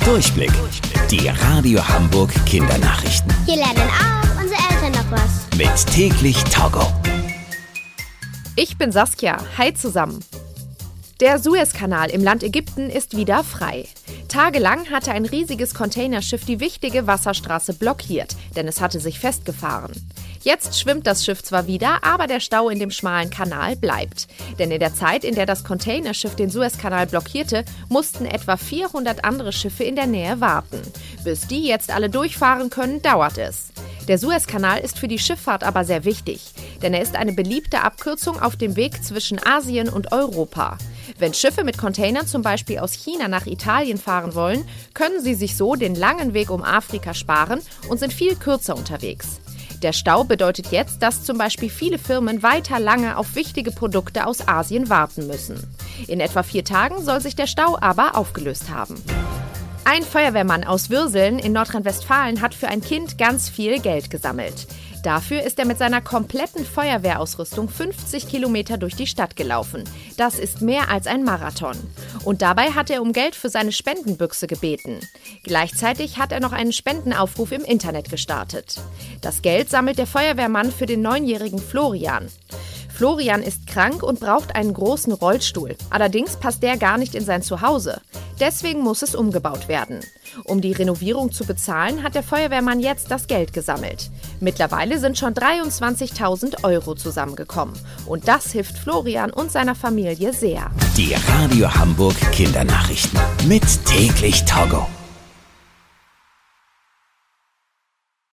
Durchblick. Die Radio Hamburg Kindernachrichten. Hier lernen auch unsere Eltern noch was. Mit täglich Togo. Ich bin Saskia. Hi zusammen. Der Suezkanal im Land Ägypten ist wieder frei. Tagelang hatte ein riesiges Containerschiff die wichtige Wasserstraße blockiert, denn es hatte sich festgefahren. Jetzt schwimmt das Schiff zwar wieder, aber der Stau in dem schmalen Kanal bleibt. Denn in der Zeit, in der das Containerschiff den Suezkanal blockierte, mussten etwa 400 andere Schiffe in der Nähe warten. Bis die jetzt alle durchfahren können, dauert es. Der Suezkanal ist für die Schifffahrt aber sehr wichtig, denn er ist eine beliebte Abkürzung auf dem Weg zwischen Asien und Europa. Wenn Schiffe mit Containern zum Beispiel aus China nach Italien fahren wollen, können sie sich so den langen Weg um Afrika sparen und sind viel kürzer unterwegs. Der Stau bedeutet jetzt, dass zum Beispiel viele Firmen weiter lange auf wichtige Produkte aus Asien warten müssen. In etwa 4 Tagen soll sich der Stau aber aufgelöst haben. Ein Feuerwehrmann aus Würseln in Nordrhein-Westfalen hat für ein Kind ganz viel Geld gesammelt. Dafür ist er mit seiner kompletten Feuerwehrausrüstung 50 Kilometer durch die Stadt gelaufen. Das ist mehr als ein Marathon. Und dabei hat er um Geld für seine Spendenbüchse gebeten. Gleichzeitig hat er noch einen Spendenaufruf im Internet gestartet. Das Geld sammelt der Feuerwehrmann für den 9-jährigen Florian. Florian ist krank und braucht einen großen Rollstuhl. Allerdings passt der gar nicht in sein Zuhause. Deswegen muss es umgebaut werden. Um die Renovierung zu bezahlen, hat der Feuerwehrmann jetzt das Geld gesammelt. Mittlerweile sind schon 23.000 Euro zusammengekommen. Und das hilft Florian und seiner Familie sehr. Die Radio Hamburg Kindernachrichten mit täglich Togo.